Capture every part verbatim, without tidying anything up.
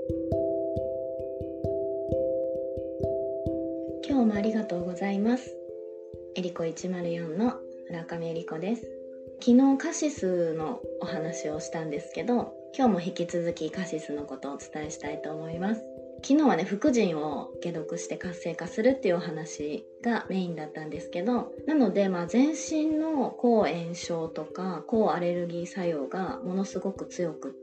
今日もありがとうございます。エリコいちまるよんの村上エリコです。昨日カシスのお話をしたんですけど、今日も引き続きカシスのことをお伝えしたいと思います。昨日はね、副腎を解毒して活性化するっていうお話がメインだったんですけど、なので、まあ、全身の抗炎症とか抗アレルギー作用がものすごく強くって、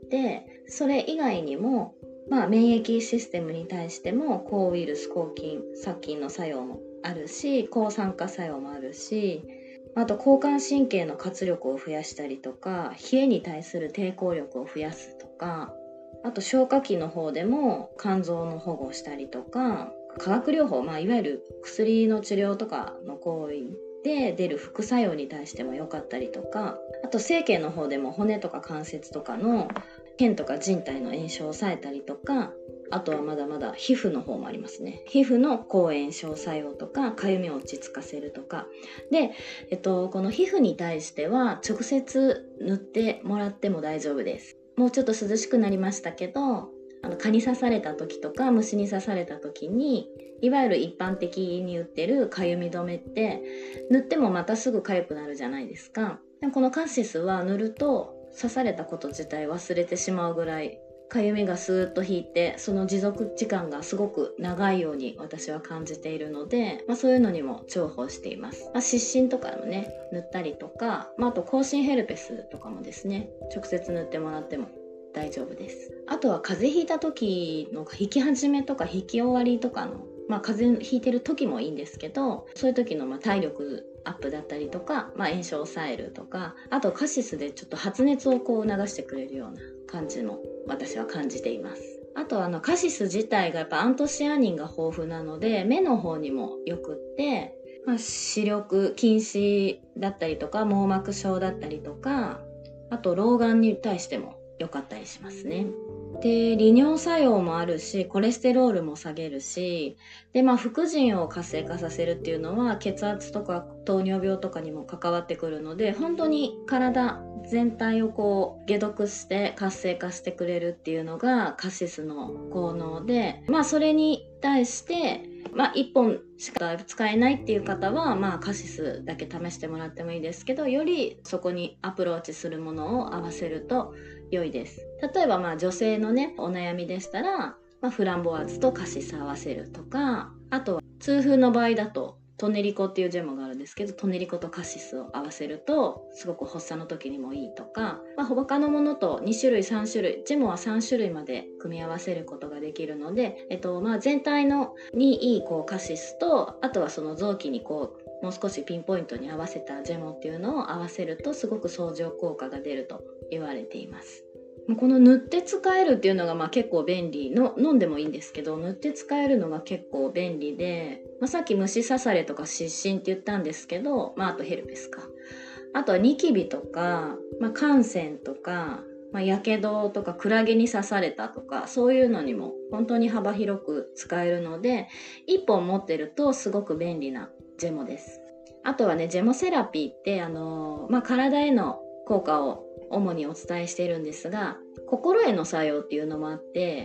それ以外にもまあ、免疫システムに対しても抗ウイルス、抗菌、殺菌の作用もあるし、抗酸化作用もあるし、あと交感神経の活力を増やしたりとか、冷えに対する抵抗力を増やすとか、あと消化器の方でも肝臓の保護をしたりとか、化学療法、まあ、いわゆる薬の治療とかの行為で出る副作用に対しても良かったりとか、あと整形の方でも骨とか関節とかの腱とか靭帯の炎症を抑えたりとか、あとはまだまだ皮膚の方もありますね。皮膚の抗炎症作用とか、かゆみを落ち着かせるとかで、えっと、この皮膚に対しては直接塗ってもらっても大丈夫です。もうちょっと涼しくなりましたけど、あの蚊に刺された時とか虫に刺された時に、いわゆる一般的に売ってるかゆみ止めって塗ってもまたすぐかゆくなるじゃないですか。でもこのカシスは塗ると刺されたこと自体忘れてしまうぐらいかゆみがスーッと引いて、その持続時間がすごく長いように私は感じているので、まあ、そういうのにも重宝しています。まあ、湿疹とかもね塗ったりとか、まあ、あと口唇ヘルペスとかもですね、直接塗ってもらっても大丈夫です。あとは風邪ひいた時の引き始めとか引き終わりとかの、まあ、風邪ひいてる時もいいんですけど、そういう時のまあ体力アップだったりとか、まあ、炎症を抑えるとか、あとカシスでちょっと発熱をこう促してくれるような感じも私は感じています。あとあのカシス自体がやっぱアントシアニンが豊富なので、目の方にもよくって、まあ、視力近視だったりとか網膜症だったりとか、あと老眼に対しても良かったりしますね。で、利尿作用もあるし、コレステロールも下げるし、で、まあ、副腎を活性化させるっていうのは血圧とか糖尿病とかにも関わってくるので、本当に体全体をこう解毒して活性化してくれるっていうのがカシスの効能で、まあ、それに対してまあ、いっぽんしか使えないっていう方は、まあ、カシスだけ試してもらってもいいですけど、よりそこにアプローチするものを合わせると良いです。例えば、まあ、女性のねお悩みでしたら、まあ、フランボワーズとカシス合わせるとか、あとは痛風の場合だとトネリコっていうジェムがあるんですけど、トネリコとカシスを合わせるとすごく発作の時にもいいとか、まあ、他のものとにしゅるいさんしゅるい、ジェムはさんしゅるいまで組み合わせることができるので、えっとまあ、全体のにいいこうカシスと、あとはその臓器にこうもう少しピンポイントに合わせたジェムっていうのを合わせるとすごく相乗効果が出ると言われています。この塗って使えるっていうのがまあ結構便利の、飲んでもいいんですけど、塗って使えるのが結構便利で、まあ、さっき虫刺されとか湿疹って言ったんですけど、まあ、あとヘルペスか、あとはニキビとか、まあ、汗腺とか、まあ、やけどとかクラゲに刺されたとか、そういうのにも本当に幅広く使えるので、いっぽん持ってるとすごく便利なジェモです。あとはね、ジェモセラピーってあの、まあ、体への効果を主にお伝えしているんですが、心への作用っていうのもあって、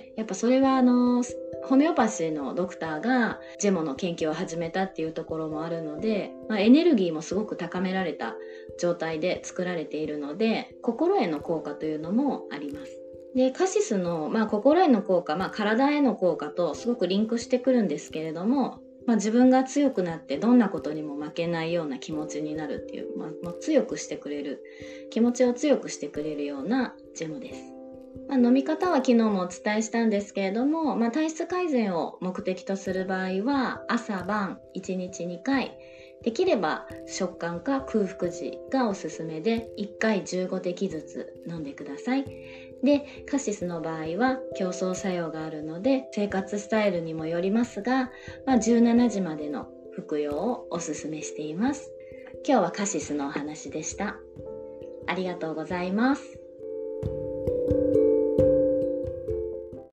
やっぱそれはあのホメオパシーのドクターがジェモの研究を始めたっていうところもあるので、まあ、エネルギーもすごく高められた状態で作られているので、心への効果というのもあります。で、カシスの、まあ、心への効果、まあ、体への効果とすごくリンクしてくるんですけれども、まあ、自分が強くなってどんなことにも負けないような気持ちになるっていう、まあ、もう強くしてくれる、気持ちを強くしてくれるようなジェムです。まあ、飲み方は昨日もお伝えしたんですけれども、まあ、体質改善を目的とする場合は朝晩いちにちにかい、できれば食感か空腹時がおすすめで、いっかいじゅうごてきずつ飲んでください。で、カシスの場合は競争作用があるので生活スタイルにもよりますが、まあ、じゅうしちじまでの服用をおすすめしています。今日はカシスのお話でした。ありがとうございます。